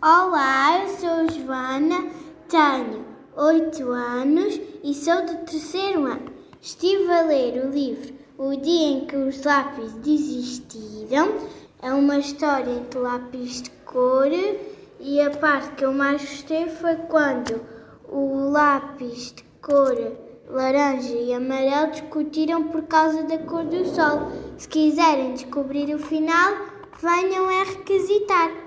Olá, eu sou Joana, tenho 8 anos e sou do 3º ano. Estive a ler o livro O Dia em que os Lápis Desistiram. É uma história entre lápis de cor e a parte que eu mais gostei foi quando o lápis de cor laranja e amarelo discutiram por causa da cor do sol. Se quiserem descobrir o final, venham a requisitar.